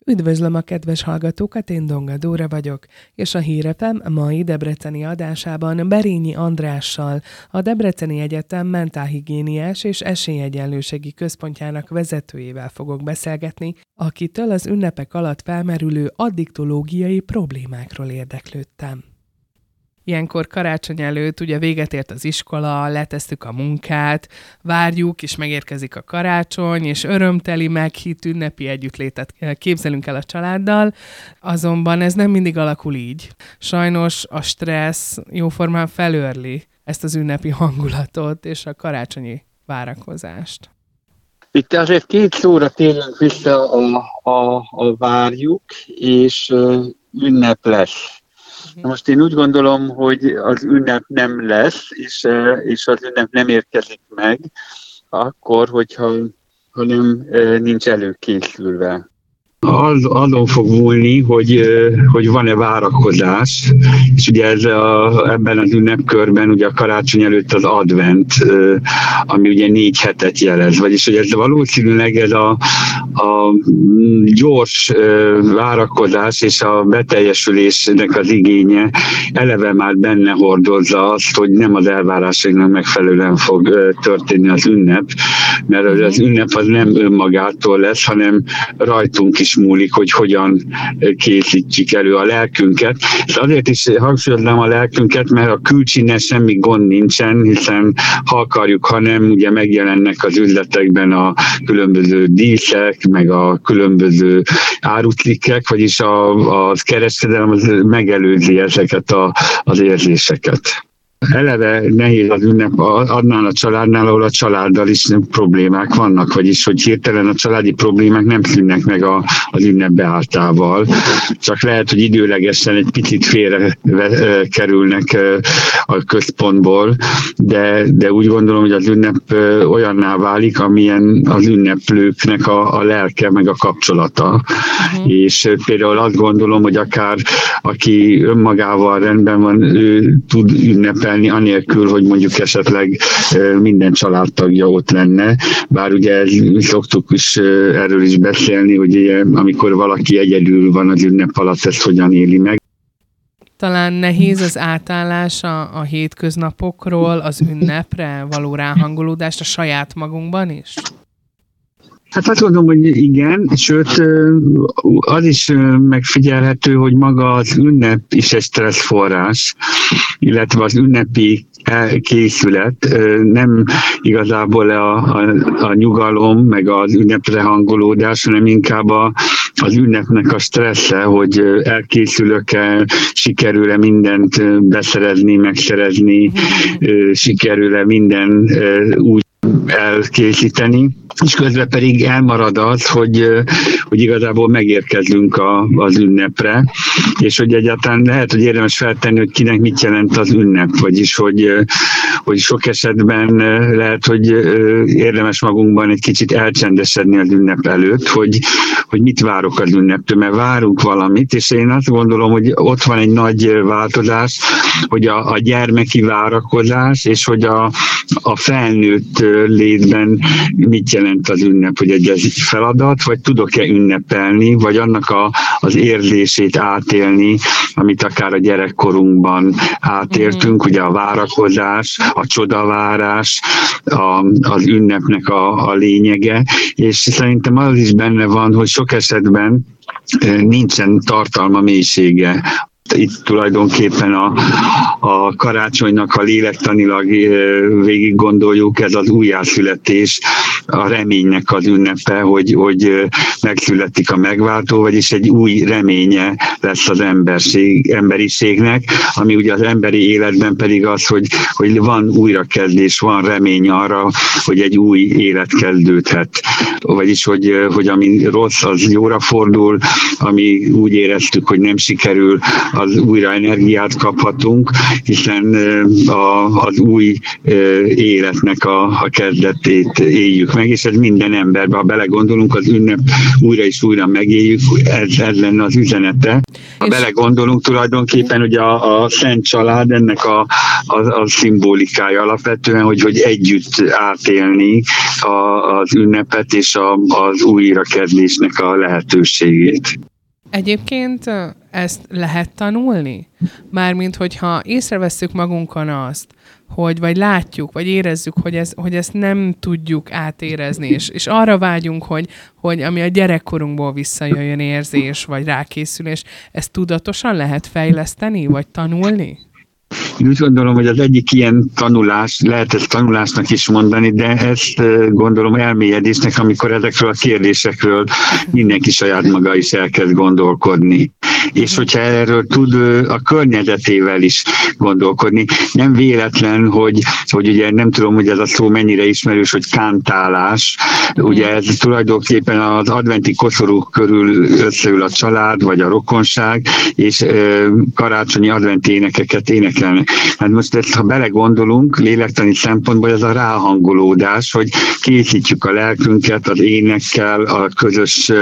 Üdvözlöm a kedves hallgatókat, én Donga Dóra vagyok, és a Hír FM mai debreceni adásában Berényi Andrással, a Debreceni Egyetem Mentálhigiéniás és Esélyegyenlőségi Központjának vezetőjével fogok beszélgetni, akitől az ünnepek alatt felmerülő addiktológiai problémákról érdeklődtem. Ilyenkor karácsony előtt ugye véget ért az iskola, letesztük a munkát, várjuk, és megérkezik a karácsony, és örömteli, meghitt ünnepi együttlétet képzelünk el a családdal, azonban ez nem mindig alakul így. Sajnos a stressz jóformán felőrli ezt az ünnepi hangulatot és a karácsonyi várakozást. Itt azért két szóra térünk vissza a várjuk, és ünnep lesz. Na most én úgy gondolom, hogy az ünnep nem lesz, és az ünnep nem érkezik meg, akkor, hogyha nincs előkészülve. Azon fog múlni, hogy van-e várakozás, és ugye ebben az ünnepkörben ugye a karácsony előtt az advent, ami ugye 4 hetet jelez, vagyis hogy ez valószínűleg ez a gyors várakozás és a beteljesülésnek az igénye eleve már benne hordozza azt, hogy nem az elvárásainknak megfelelően fog történni az ünnep, mert az ünnep az nem önmagától lesz, hanem rajtunk is múlik, hogy hogyan készítjük elő a lelkünket. És azért is hangsúlyoznám a lelkünket, mert a külcsinnen semmi gond nincsen, hiszen ha akarjuk, ha nem, ugye megjelennek az üzletekben a különböző díszek, meg a különböző árucikkek, vagyis a kereskedelem az megelőzi ezeket az érzéseket. Eleve nehéz az ünnep annál a családnál, ahol a családdal is problémák vannak, vagyis hogy hirtelen a családi problémák nem szűnnek meg az ünnep beálltával, csak lehet, hogy időlegesen egy picit félre kerülnek a központból, de úgy gondolom, hogy az ünnep olyanná válik, amilyen az ünneplőknek a lelke, meg a kapcsolata. És például azt gondolom, hogy akár aki önmagával rendben van, ő tud ünnepelni, anélkül, hogy mondjuk esetleg minden családtagja ott lenne. Bár ugye szoktuk is erről is beszélni, hogy ugye, amikor valaki egyedül van az ünnep alatt, ezt hogyan éli meg. Talán nehéz az átállás a hétköznapokról az ünnepre való ráhangolódást a saját magunkban is? Hát azt gondolom, hogy igen, sőt az is megfigyelhető, hogy maga az ünnep is egy stresszforrás, illetve az ünnepi készület, nem igazából a nyugalom, meg az ünnepre hangolódás, hanem inkább az ünnepnek a stressze, hogy elkészülök-e, sikerül-e mindent beszerezni, megszerezni, sikerül-e minden úgy elkészíteni, és közben pedig elmarad az, hogy igazából megérkezünk az ünnepre, és hogy egyáltalán lehet, hogy érdemes feltenni, hogy kinek mit jelent az ünnep, vagyis hogy sok esetben lehet, hogy érdemes magunkban egy kicsit elcsendesedni az ünnep előtt, hogy mit várok az ünneptől, mert várunk valamit, és én azt gondolom, hogy ott van egy nagy változás, hogy a gyermeki várakozás, és hogy a felnőtt létben mit jelent az ünnep, hogy egy feladat, vagy tudok-e ünnepelni, vagy annak az érzését átélni, amit akár a gyerekkorunkban átéltünk, ugye a várakozás, a csodavárás, az ünnepnek a lényege, és szerintem az is benne van, hogy sok esetben nincsen tartalma, mélysége. Itt tulajdonképpen a karácsonynak, ha lélektanilag végig gondoljuk, ez az újjászületés, a reménynek az ünnepe, hogy megszületik a megváltó, vagyis egy új reménye lesz az emberiségnek, ami ugye az emberi életben pedig az, hogy van újrakezdés, van remény arra, hogy egy új élet kezdődhet. Vagyis, hogy ami rossz, az jóra fordul, ami úgy éreztük, hogy nem sikerül, az újra energiát kaphatunk, hiszen az új életnek a kezdetét éljük meg, és ez minden emberben, ha belegondolunk, az ünnep újra és újra megéljük, ez lenne az üzenete. Ha belegondolunk, tulajdonképpen, hogy a Szent Család ennek a szimbolikája alapvetően, hogy együtt átélni az ünnepet és az újrakezdésnek a lehetőségét. Egyébként ezt lehet tanulni? Mármint, hogyha észrevesszük magunkon azt, vagy látjuk, vagy érezzük, hogy ezt nem tudjuk átérezni, és arra vágyunk, hogy ami a gyerekkorunkból visszajöjjön érzés, vagy rákészülés, ezt tudatosan lehet fejleszteni, vagy tanulni? Én úgy gondolom, hogy az egyik ilyen tanulás, lehet ezt tanulásnak is mondani, de ezt gondolom elmélyedésnek, amikor ezekről a kérdésekről mindenki saját maga is elkezd gondolkodni. És hogyha erről tud a környezetével is gondolkodni. Nem véletlen, hogy ugye nem tudom, hogy ez a szó mennyire ismerős, hogy kántálás. Ugye ez tulajdonképpen az adventi koszorú körül összeül a család, vagy a rokonság, és karácsonyi adventi énekeket énekelnek. Hát most ezt, ha belegondolunk, lélektani szempontból ez a ráhangolódás, hogy készítjük a lelkünket az énekkel, a közös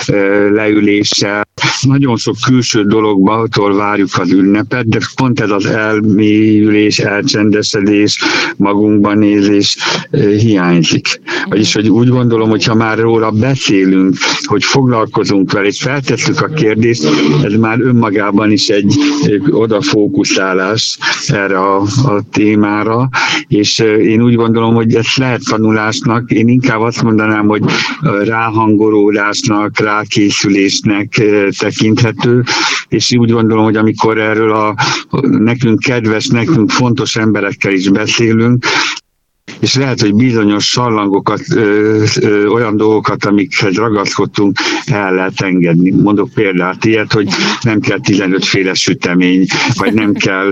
leüléssel. Nagyon sok külső dologtól várjuk az ünnepet, de pont ez az elmélyülés, elcsendesedés, magunkban nézés hiányzik. Vagyis, hogy úgy gondolom, hogy ha már róla beszélünk, hogy foglalkozunk vele, és feltesszük a kérdést, ez már önmagában is egy odafókuszálás erre a témára, és én úgy gondolom, hogy ez lehet tanulásnak, én inkább azt mondanám, hogy ráhangolódásnak, rákészülésnek tekinthető, és úgy gondolom, hogy amikor erről nekünk kedves, nekünk fontos emberekkel is beszélünk, és lehet, hogy bizonyos sallangokat, olyan dolgokat, amikhez ragaszkodtunk, el lehet engedni. Mondok példát ilyet, hogy nem kell 15 féle sütemény, vagy nem kell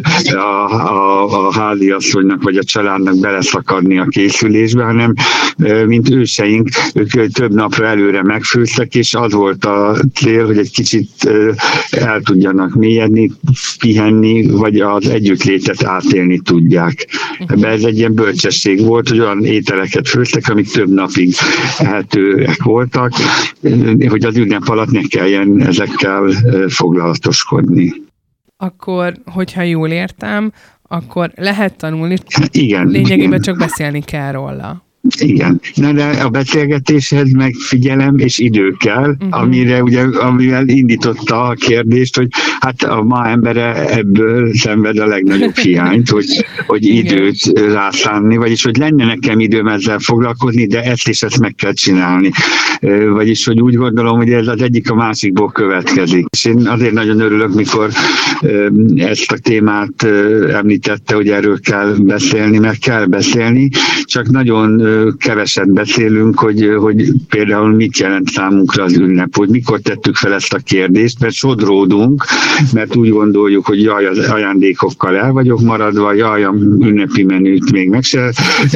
a háziasszonynak, vagy a családnak beleszakadni a készülésbe, hanem mint őseink, ők több napra előre megfőztek, és az volt a cél, hogy egy kicsit el tudjanak mélyedni, pihenni, vagy az együttlétet átélni tudják. Ebben ez egy ilyen bölcsesség volt, hogy olyan ételeket főztek, amik több napig ehetőek voltak, hogy az ünnep alatt ne kelljen ezekkel foglalatoskodni. Akkor, hogyha jól értem, akkor lehet tanulni, igen, lényegében csak beszélni kell róla. Igen. Na, de a beszélgetéshez meg figyelem és idő kell, amivel indította a kérdést, hogy hát a ma embere ebből szenved a legnagyobb hiányt, hogy időt rászánni, vagyis hogy lenne nekem időm ezzel foglalkozni, de ezt és ezt meg kell csinálni. Vagyis, hogy úgy gondolom, hogy ez az egyik a másikból következik. És én azért nagyon örülök, mikor ezt a témát említette, hogy erről kell beszélni, meg kell beszélni, csak nagyon keveset beszélünk, hogy például mit jelent számunkra az ünnep, hogy mikor tettük fel ezt a kérdést, mert sodródunk, mert úgy gondoljuk, hogy jaj, az ajándékokkal el vagyok maradva, jaj, a ünnepi menüt még meg se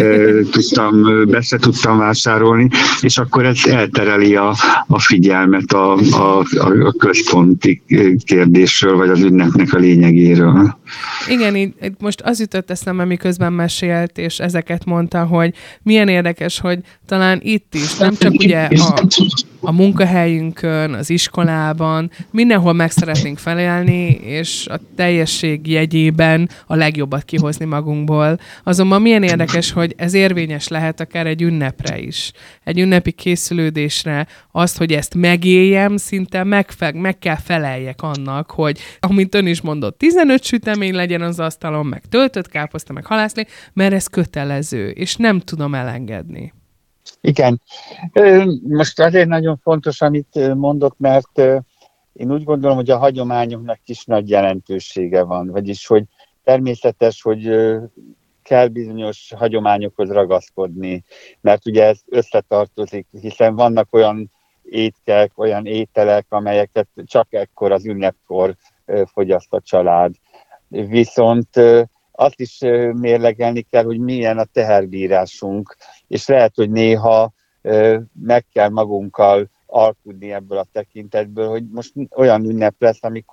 be se tudtam vásárolni, és akkor ez eltereli a figyelmet a központi kérdésről, vagy az ünnepnek a lényegéről. Igen, így most az jutott eszembe, miközben mesélt, és ezeket mondta, hogy milyen érdekes, hogy talán itt is, nem csak ugye a munkahelyünkön, az iskolában, mindenhol meg szeretnénk felelni, és a teljesség jegyében a legjobbat kihozni magunkból. Azonban milyen érdekes, hogy ez érvényes lehet akár egy ünnepre is. Egy ünnepi készülődésre, azt, hogy ezt megéljem, szinte meg kell feleljek annak, hogy, amint ön is mondott, 15 sütemény legyen az asztalon, meg töltött káposzta, meg halászlé, mert ez kötelező, és nem tudom elengedni. Igen. Most azért nagyon fontos, amit mondott, mert én úgy gondolom, hogy a hagyományoknak is nagy jelentősége van. Vagyis, hogy természetes, hogy kell bizonyos hagyományokhoz ragaszkodni, mert ugye ez összetartozik, hiszen vannak olyan étkek, olyan ételek, amelyeket csak ekkor az ünnepkor fogyaszt a család. Viszont azt is mérlegelni kell, hogy milyen a teherbírásunk, és lehet, hogy néha meg kell magunkkal alkudni ebből a tekintetből, hogy most olyan ünnep lesz, amikor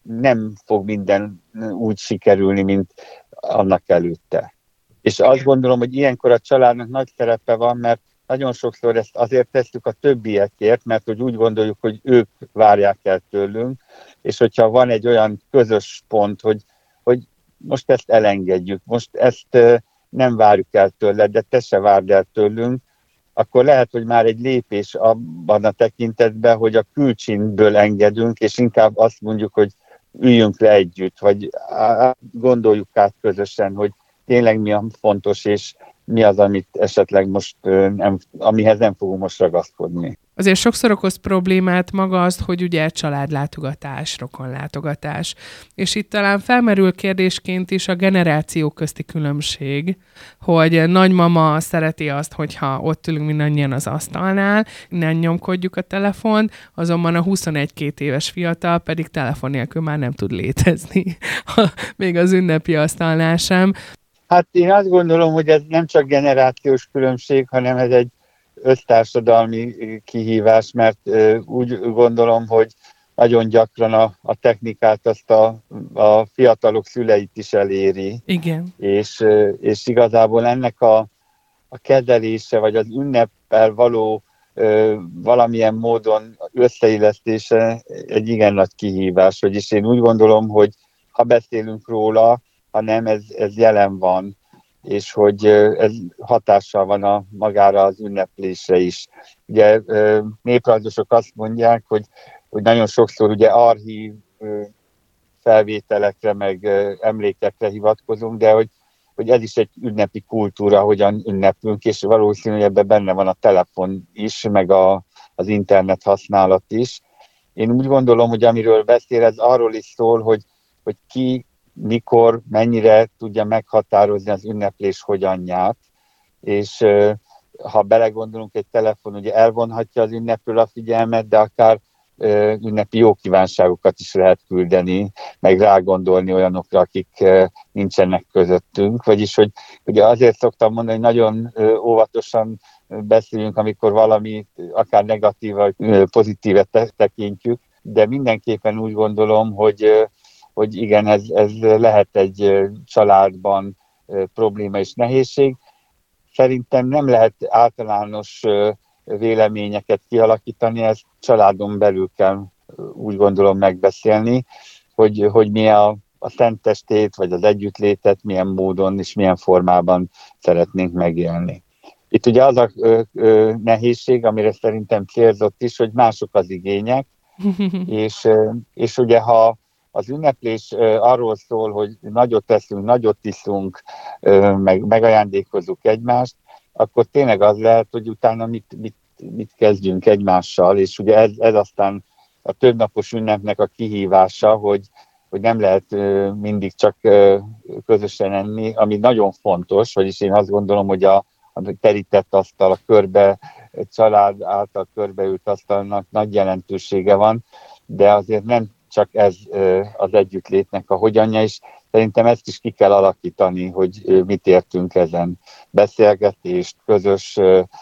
nem fog minden úgy sikerülni, mint annak előtte. És azt gondolom, hogy ilyenkor a családnak nagy szerepe van, mert nagyon sokszor ezt azért tesszük a többiekért, mert hogy úgy gondoljuk, hogy ők várják el tőlünk, és hogyha van egy olyan közös pont, hogy most ezt elengedjük, most ezt nem várjuk el tőled, de te se várd el tőlünk, akkor lehet, hogy már egy lépés abban a tekintetben, hogy a külcsínből engedünk, és inkább azt mondjuk, hogy üljünk le együtt, vagy gondoljuk át közösen, hogy tényleg mi a fontos, és mi az, amit esetleg most amihez nem fogunk most ragaszkodni. Azért sokszor okoz problémát maga az, hogy ugye családlátogatás, rokonlátogatás. És itt talán felmerül kérdésként is a generációk közti különbség, hogy nagymama szereti azt, hogyha ott ülünk mindannyian az asztalnál, nem nyomkodjuk a telefont, azonban a 21-22 éves fiatal pedig telefon nélkül már nem tud létezni, még az ünnepi asztalnál sem. Hát én azt gondolom, hogy ez nem csak generációs különbség, hanem ez egy össztársadalmi kihívás, mert úgy gondolom, hogy nagyon gyakran a technikát azt a fiatalok szüleit is eléri. Igen. És igazából ennek a kezelése, vagy az ünneppel való valamilyen módon összeillesztése egy igen nagy kihívás. Vagyis én úgy gondolom, hogy ha beszélünk róla, hanem ez jelen van, és hogy ez hatással van magára az ünneplésre is. Ugye néprajzosok azt mondják, hogy nagyon sokszor ugye archív felvételekre, meg emlékekre hivatkozunk, de hogy ez is egy ünnepi kultúra, hogyan ünnepünk, és valószínűleg ebben benne van a telefon is, meg az internet használat is. Én úgy gondolom, hogy amiről beszél, ez arról is szól, hogy ki mikor, mennyire tudja meghatározni az ünneplés hogyanját, és ha belegondolunk, egy telefon ugye elvonhatja az ünnepről a figyelmet, de akár ünnepi jó kívánságokat is lehet küldeni, meg rágondolni olyanokra, akik nincsenek közöttünk. Vagyis, hogy ugye azért szoktam mondani, hogy nagyon óvatosan beszéljünk, amikor valami akár negatív vagy pozitívet tekintjük, de mindenképpen úgy gondolom, hogy igen, ez lehet egy családban probléma és nehézség. Szerintem nem lehet általános véleményeket kialakítani, ezt családon belül kell úgy gondolom megbeszélni, hogy mi a szentestét, vagy az együttlétet milyen módon és milyen formában szeretnénk megélni. Itt ugye az a nehézség, amire szerintem célzott is, hogy mások az igények, és ugye ha az ünneplés arról szól, hogy nagyot teszünk, nagyot iszunk, megajándékozzuk egymást, akkor tényleg az lehet, hogy utána mit kezdjünk egymással, és ugye ez aztán a többnapos ünnepnek a kihívása, hogy nem lehet mindig csak közösen enni, ami nagyon fontos, vagyis én azt gondolom, hogy a terített asztal, a család által körbeült asztalnak nagy jelentősége van, de azért nem csak ez az együttlétnek a hogyanja is. Szerintem ezt is ki kell alakítani, hogy mit értünk ezen. Beszélgetést, közös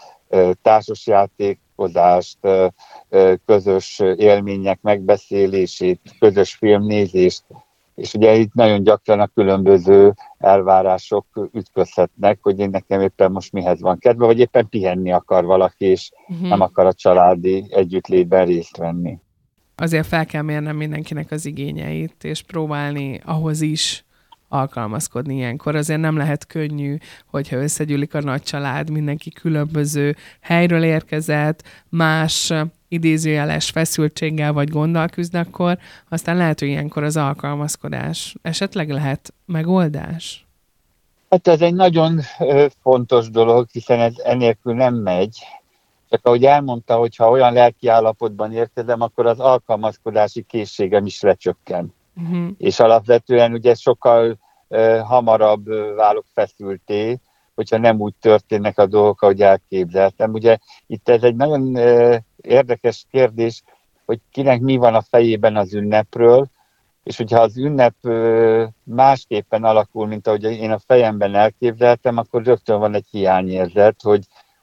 társasjátékozást, közös élmények megbeszélését, közös filmnézést, és ugye itt nagyon gyakran a különböző elvárások ütközhetnek, hogy én nekem éppen most mihez van kedve, vagy éppen pihenni akar valaki, és nem akar a családi együttlétben részt venni. Azért fel kell mérnem mindenkinek az igényeit, és próbálni ahhoz is alkalmazkodni ilyenkor. Azért nem lehet könnyű, hogyha összegyűlik a nagy család, mindenki különböző helyről érkezett, más idézőjeles feszültséggel vagy gonddal küzd, akkor aztán lehet, hogy ilyenkor az alkalmazkodás esetleg lehet megoldás. Hát ez egy nagyon fontos dolog, hiszen ez enélkül nem megy. Csak ahogy elmondta, hogy ha olyan lelki állapotban érkezem, akkor az alkalmazkodási készségem is lecsökken. És alapvetően ugye sokkal hamarabb válok feszülté, hogyha nem úgy történnek a dolgok, ahogy elképzeltem. Ugye itt ez egy nagyon érdekes kérdés, hogy kinek mi van a fejében az ünnepről, és hogyha az ünnep másképpen alakul, mint ahogy én a fejemben elképzeltem, akkor rögtön van egy hiányérzet, hogy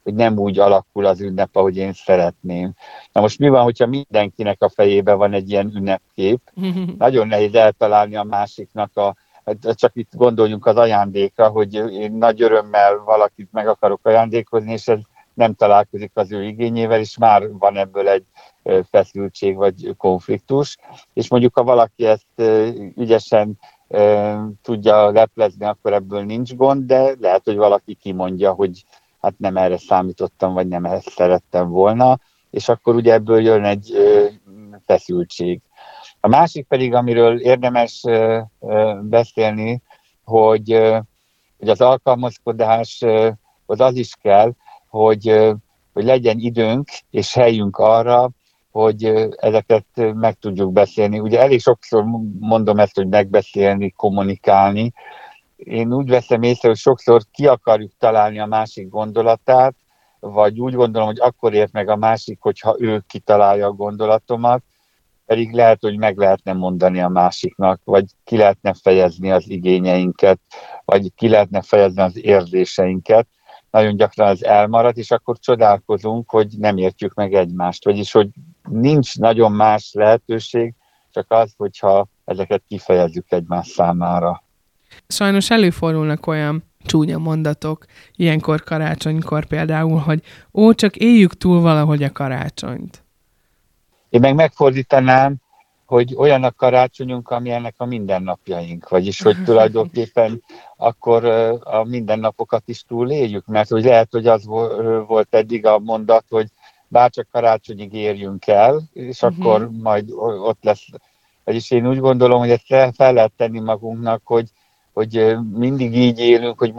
hogy nem úgy alakul az ünnep, ahogy én szeretném. Na most mi van, hogyha mindenkinek a fejében van egy ilyen ünnepkép? Nagyon nehéz eltalálni a másiknak csak itt gondoljunk az ajándékra, hogy én nagy örömmel valakit meg akarok ajándékozni, és ez nem találkozik az ő igényével, és már van ebből egy feszültség vagy konfliktus. És mondjuk, ha valaki ezt ügyesen tudja leplezni, akkor ebből nincs gond, de lehet, hogy valaki kimondja, hogy hát nem erre számítottam, vagy nem ezt szerettem volna, és akkor ugye ebből jön egy feszültség. A másik pedig, amiről érdemes beszélni, hogy az alkalmazkodáshoz az is kell, hogy legyen időnk és helyünk arra, hogy ezeket meg tudjuk beszélni. Ugye elég sokszor mondom ezt, hogy megbeszélni, kommunikálni. Én úgy veszem észre, hogy sokszor ki akarjuk találni a másik gondolatát, vagy úgy gondolom, hogy akkor ért meg a másik, hogyha ő kitalálja a gondolatomat, pedig lehet, hogy meg lehetne mondani a másiknak, vagy ki lehetne fejezni az igényeinket, vagy ki lehetne fejezni az érzéseinket. Nagyon gyakran az elmarad, és akkor csodálkozunk, hogy nem értjük meg egymást. Vagyis, hogy nincs nagyon más lehetőség, csak az, hogyha ezeket kifejezzük egymás számára. Sajnos előfordulnak olyan csúnya mondatok, ilyenkor karácsonykor például, hogy csak éljük túl valahogy a karácsonyt. Én meg megfordítanám, hogy olyan a karácsonyunk, amilyenek a mindennapjaink, vagyis hogy tulajdonképpen akkor a mindennapokat is túléljük, mert hogy lehet, hogy az volt eddig a mondat, hogy bárcsak karácsonyig érjünk el, és akkor majd ott lesz. Vagyis én úgy gondolom, hogy ezt fel lehet tenni magunknak, hogy mindig így élünk, hogy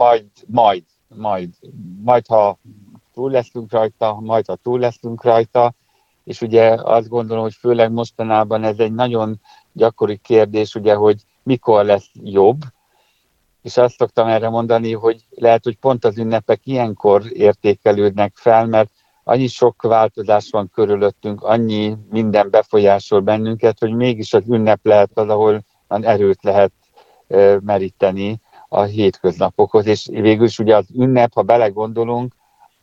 majd ha túl leszünk rajta, és ugye azt gondolom, hogy főleg mostanában ez egy nagyon gyakori kérdés, ugye, hogy mikor lesz jobb, és azt szoktam erre mondani, hogy lehet, hogy pont az ünnepek ilyenkor értékelődnek fel, mert annyi sok változás van körülöttünk, annyi minden befolyásol bennünket, hogy mégis az ünnep lehet az, ahol erőt lehet meríteni a hétköznapokhoz, és végül is ugye az ünnep, ha belegondolunk,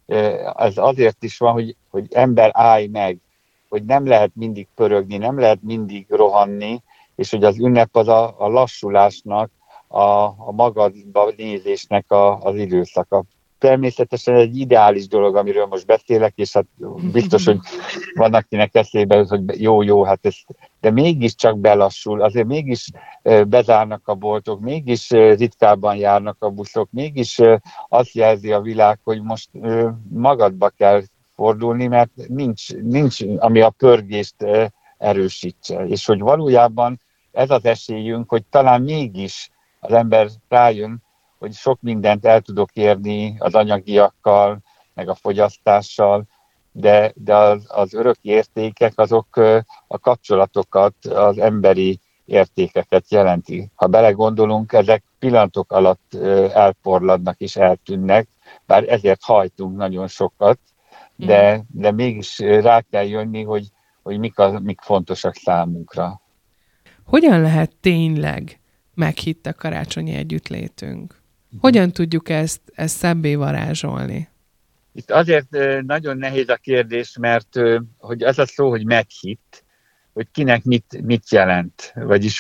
az azért is van, hogy ember állj meg, hogy nem lehet mindig pörögni, nem lehet mindig rohanni, és hogy az ünnep az a lassulásnak, a magadba nézésnek az időszaka. Természetesen egy ideális dolog, amiről most beszélek, és hát biztos, hogy van, akinek eszébe jut, hogy jó, hát ez, de mégiscsak belassul, azért mégis bezárnak a boltok, mégis ritkábban járnak a buszok, mégis azt jelzi a világ, hogy most magadba kell fordulni, mert nincs ami a pörgést erősítse. És hogy valójában ez az esélyünk, hogy talán mégis az ember rájön, hogy sok mindent el tudok érni az anyagiakkal, meg a fogyasztással, de az örök értékek azok a kapcsolatokat, az emberi értékeket jelenti. Ha belegondolunk, ezek pillanatok alatt elporladnak és eltűnnek, bár ezért hajtunk nagyon sokat, de mégis rá kell jönni, hogy mik fontosak számunkra. Hogyan lehet tényleg meghitt a karácsonyi együttlétünk? Hogyan tudjuk ezt szebbé varázsolni? Itt azért nagyon nehéz a kérdés, mert hogy az a szó, hogy meghitt, hogy kinek mit jelent. Vagyis,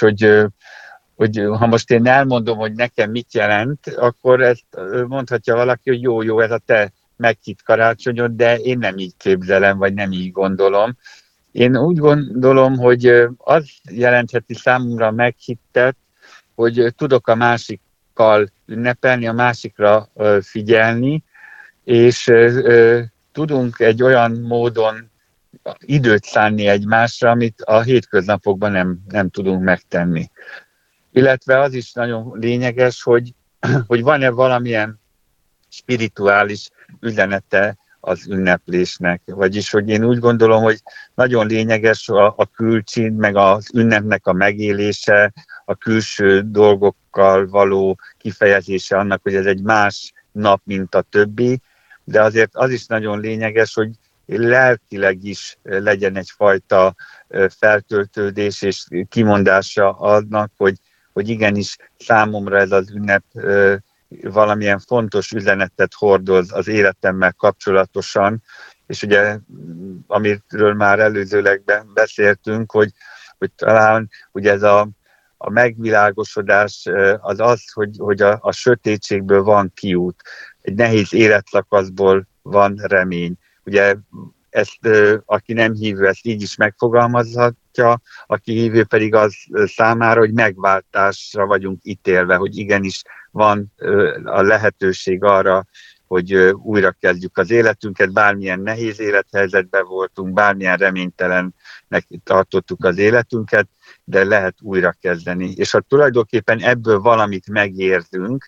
hogy ha most én elmondom, hogy nekem mit jelent, akkor ezt mondhatja valaki, hogy jó, ez a te meghitt karácsonyod, de én nem így képzelem, vagy nem így gondolom. Én úgy gondolom, hogy az jelentheti számomra meghittet, hogy tudok a másikkal ünnepelni, a másikra figyelni, és tudunk egy olyan módon időt szánni egymásra, amit a hétköznapokban nem tudunk megtenni. Illetve az is nagyon lényeges, hogy van-e valamilyen spirituális üzenete az ünneplésnek. Vagyis, hogy én úgy gondolom, hogy nagyon lényeges a külcsin, meg az ünnepnek a megélése, a külső dolgokkal való kifejezése annak, hogy ez egy más nap, mint a többi, de azért az is nagyon lényeges, hogy lelkileg is legyen egyfajta feltöltődés és kimondása annak, hogy igenis számomra ez az ünnep valamilyen fontos üzenetet hordoz az életemmel kapcsolatosan, és ugye, amiről már előzőleg beszéltünk, hogy talán ugye ez a megvilágosodás az, hogy a sötétségből van kiút. Egy nehéz életszakaszból van remény. Ugye ezt, aki nem hívő, ezt így is megfogalmazhatja, aki hívő pedig az számára, hogy megváltásra vagyunk ítélve, hogy igenis van a lehetőség arra, hogy újra kezdjük az életünket, bármilyen nehéz élethelyzetben voltunk, bármilyen reménytelennek tartottuk az életünket, de lehet újra kezdeni. És ha tulajdonképpen ebből valamit megérzünk,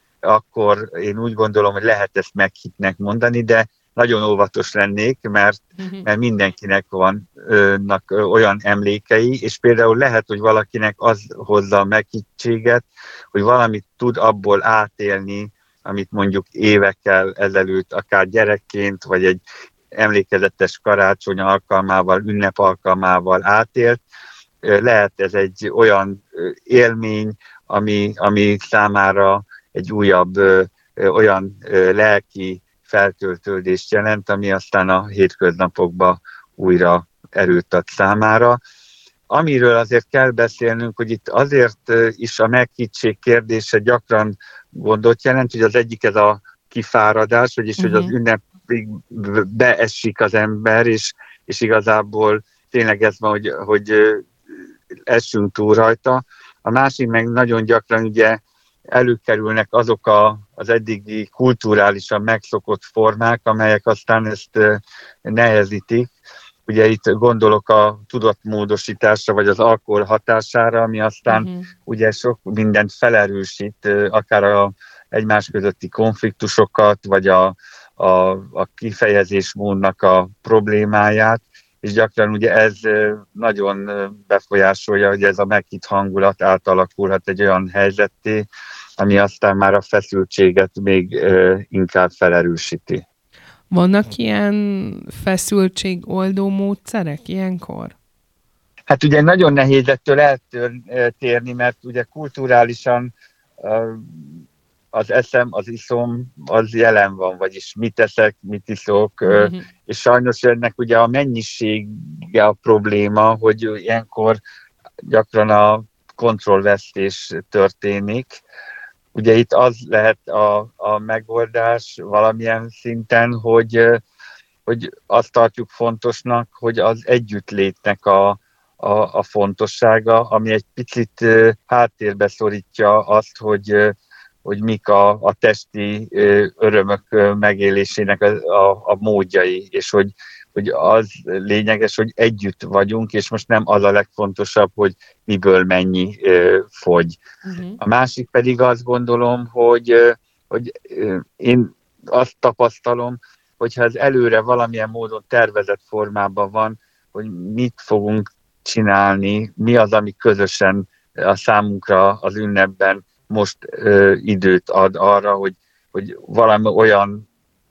akkor én úgy gondolom, hogy lehet ezt meghitnek mondani, de nagyon óvatos lennék, mert mindenkinek vannak olyan emlékei, és például lehet, hogy valakinek az hozza a meghittséget, hogy valamit tud abból átélni, amit mondjuk évekkel ezelőtt, akár gyerekként, vagy egy emlékezetes karácsony alkalmával, ünnep alkalmával átélt. Lehet ez egy olyan élmény, ami számára egy újabb olyan lelki feltöltődést jelent, ami aztán a hétköznapokban újra erőt ad számára. Amiről azért kell beszélnünk, hogy itt azért is a meghittség kérdése gyakran gondot jelent, hogy az egyik ez a kifáradás, vagyis hogy az ünnepig beesik az ember, és igazából tényleg ez van, hogy essünk túl rajta. A másik meg nagyon gyakran ugye előkerülnek azok az eddigi kulturálisan megszokott formák, amelyek aztán ezt nehezítik. Ugye itt gondolok a tudatmódosításra, vagy az alkohol hatására, ami aztán ugye sok mindent felerősít, akár a egymás közötti konfliktusokat, vagy a kifejezésmódnak a problémáját, és gyakran ugye ez nagyon befolyásolja, hogy ez a meghitt hangulat átalakulhat egy olyan helyzetté, ami aztán már a feszültséget még inkább felerősíti. Vannak ilyen feszültségoldó módszerek ilyenkor? Hát ugye nagyon nehéz ettől eltérni, mert ugye kulturálisan az eszem, az iszom, az jelen van, vagyis mit eszek, mit iszok, és sajnos ennek ugye a mennyisége a probléma, hogy ilyenkor gyakran a kontrollvesztés történik. Ugye itt az lehet a megoldás valamilyen szinten, hogy azt tartjuk fontosnak, hogy az együttlétnek a fontossága, ami egy picit háttérbe szorítja azt, hogy mik a testi örömök megélésének a módjai, és hogy az lényeges, hogy együtt vagyunk, és most nem az a legfontosabb, hogy miből mennyi fogy. A másik pedig azt gondolom, hogy én azt tapasztalom, hogyha ez előre valamilyen módon tervezett formában van, hogy mit fogunk csinálni, mi az, ami közösen a számunkra az ünnepben most időt ad arra, hogy valami olyan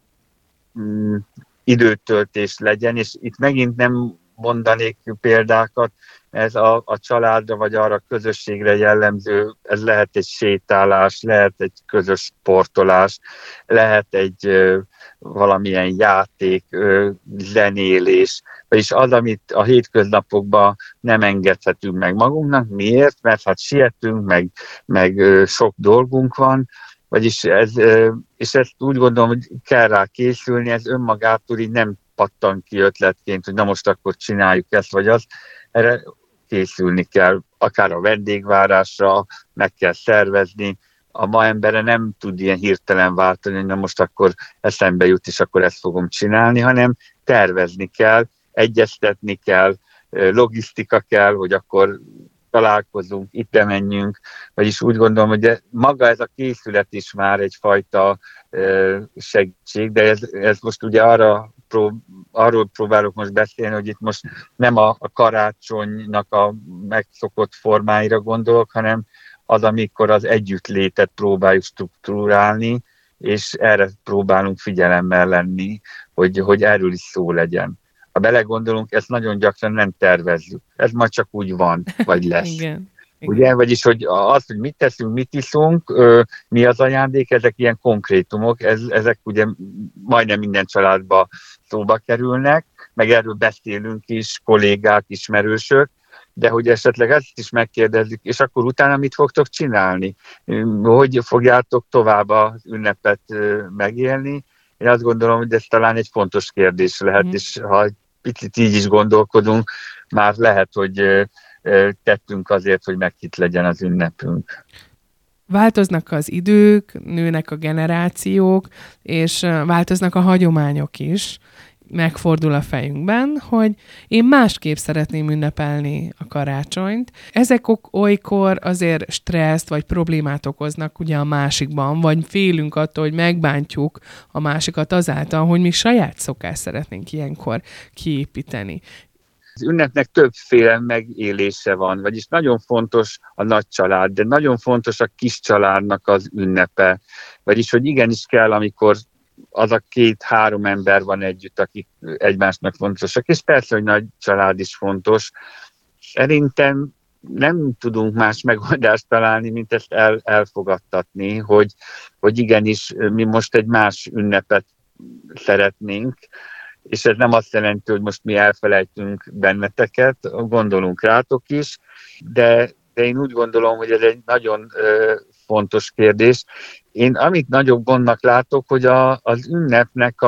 időtöltés legyen, és itt megint nem mondanék példákat, ez a családra vagy arra a közösségre jellemző, ez lehet egy sétálás, lehet egy közös sportolás, lehet egy valamilyen játék, zenélés, vagyis az, amit a hétköznapokban nem engedhetünk meg magunknak. Miért? Mert hát sietünk, meg sok dolgunk van, vagyis és ezt úgy gondolom, hogy kell rá készülni, ez önmagától így nem pattan ki ötletként, hogy na most akkor csináljuk ezt vagy azt. Erre készülni kell, akár a vendégvárásra, meg kell szervezni. A ma embere nem tud ilyen hirtelen váltani, hogy na most akkor eszembe jut, és akkor ezt fogom csinálni, hanem tervezni kell, egyeztetni kell, logisztika kell, hogy akkor találkozunk, itt menjünk, vagyis úgy gondolom, hogy maga ez a készület is már egyfajta segítség, de ez most ugye arról próbálok most beszélni, hogy itt most nem a karácsonynak a megszokott formáira gondolok, hanem az, amikor az együttlétet próbáljuk struktúrálni, és erre próbálunk figyelemmel lenni, hogy erről is szó legyen. Ha belegondolunk, ezt nagyon gyakran nem tervezzük. Ez majd csak úgy van, vagy lesz. Igen. Ugye? Vagyis, hogy az, hogy mit teszünk, mit iszunk, mi az ajándék, ezek ilyen konkrétumok, ezek ugye majdnem minden családba szóba kerülnek, meg erről beszélünk is, kollégák, ismerősök, de hogy esetleg ezt is megkérdezzük, és akkor utána mit fogtok csinálni? Hogy fogjátok tovább az ünnepet megélni? Én azt gondolom, hogy ez talán egy fontos kérdés lehet, és ha egy picit így is gondolkodunk, már lehet, hogy tettünk azért, hogy meghitt legyen az ünnepünk. Változnak az idők, nőnek a generációk, és változnak a hagyományok is. Megfordul a fejünkben, hogy én másképp szeretném ünnepelni a karácsonyt. Ezek olykor azért stresszt vagy problémát okoznak ugye a másikban, vagy félünk attól, hogy megbántjuk a másikat azáltal, hogy mi saját szokást szeretnénk ilyenkor kiépíteni. Az ünnepnek többféle megélése van, vagyis nagyon fontos a nagy család, de nagyon fontos a kis családnak az ünnepe. Vagyis, hogy igenis kell, amikor az a 2-3 ember van együtt, akik egymásnak fontosak, és persze, hogy nagy család is fontos. Szerintem nem tudunk más megoldást találni, mint ezt elfogadtatni, hogy igenis mi most egy más ünnepet szeretnénk, és ez nem azt jelenti, hogy most mi elfelejtünk benneteket, gondolunk rátok is, de én úgy gondolom, hogy ez egy nagyon fontos kérdés. Én amit nagyobb gondnak látok, hogy az ünnepnek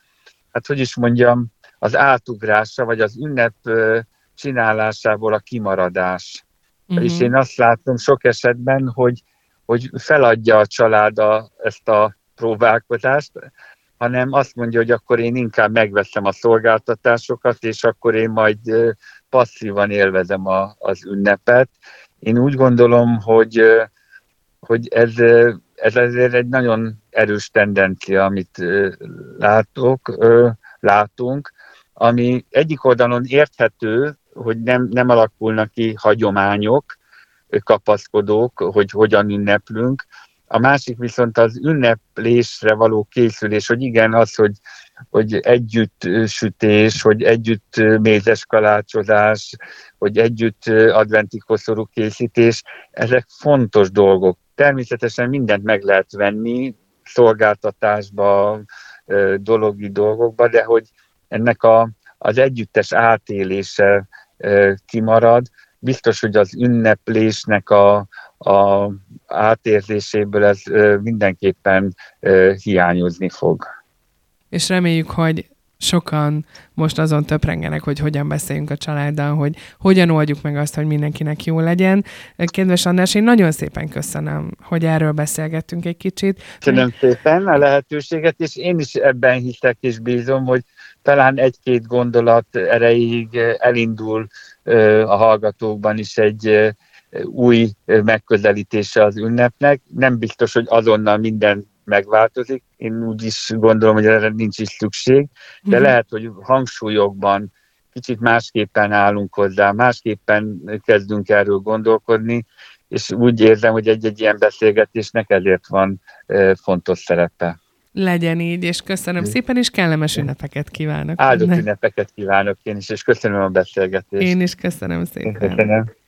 az átugrása, vagy az ünnep csinálásából a kimaradás. És én azt látom sok esetben, hogy feladja a család ezt a próbálkozást, hanem azt mondja, hogy akkor én inkább megveszem a szolgáltatásokat, és akkor én majd passzívan élvezem az ünnepet. Én úgy gondolom, hogy ez azért egy nagyon erős tendencia, amit látunk, ami egyik oldalon érthető, hogy nem alakulnak ki hagyományok, kapaszkodók, hogy hogyan ünneplünk. A másik viszont az ünneplésre való készülés, hogy igen, az, hogy együtt sütés, hogy együtt mézes kalácsozás, hogy együtt adventi koszorú készítés, ezek fontos dolgok. Természetesen mindent meg lehet venni, szolgáltatásba, dologi dolgokba, de hogy ennek az együttes átélése kimarad, biztos, hogy az ünneplésnek a átérzéséből ez mindenképpen hiányozni fog. És reméljük, hogy sokan most azon töprengenek, hogy hogyan beszéljünk a családdal, hogy hogyan oldjuk meg azt, hogy mindenkinek jó legyen. Kedves András, én nagyon szépen köszönöm, hogy erről beszélgettünk egy kicsit. Köszönöm szépen a lehetőséget, és én is ebben hiszek és bízom, hogy talán egy-két gondolat erejéig elindul a hallgatókban is egy új megközelítése az ünnepnek. Nem biztos, hogy azonnal minden megváltozik. Én úgy is gondolom, hogy erre nincs is szükség, de lehet, hogy hangsúlyokban kicsit másképpen állunk hozzá, másképpen kezdünk erről gondolkodni, és úgy érzem, hogy egy ilyen beszélgetésnek ezért van fontos szerepe. Legyen így, és köszönöm szépen, és kellemes ünnepeket kívánok. Áldott ünnepeket kívánok én is, és köszönöm a beszélgetést. Én is köszönöm szépen. Köszönöm.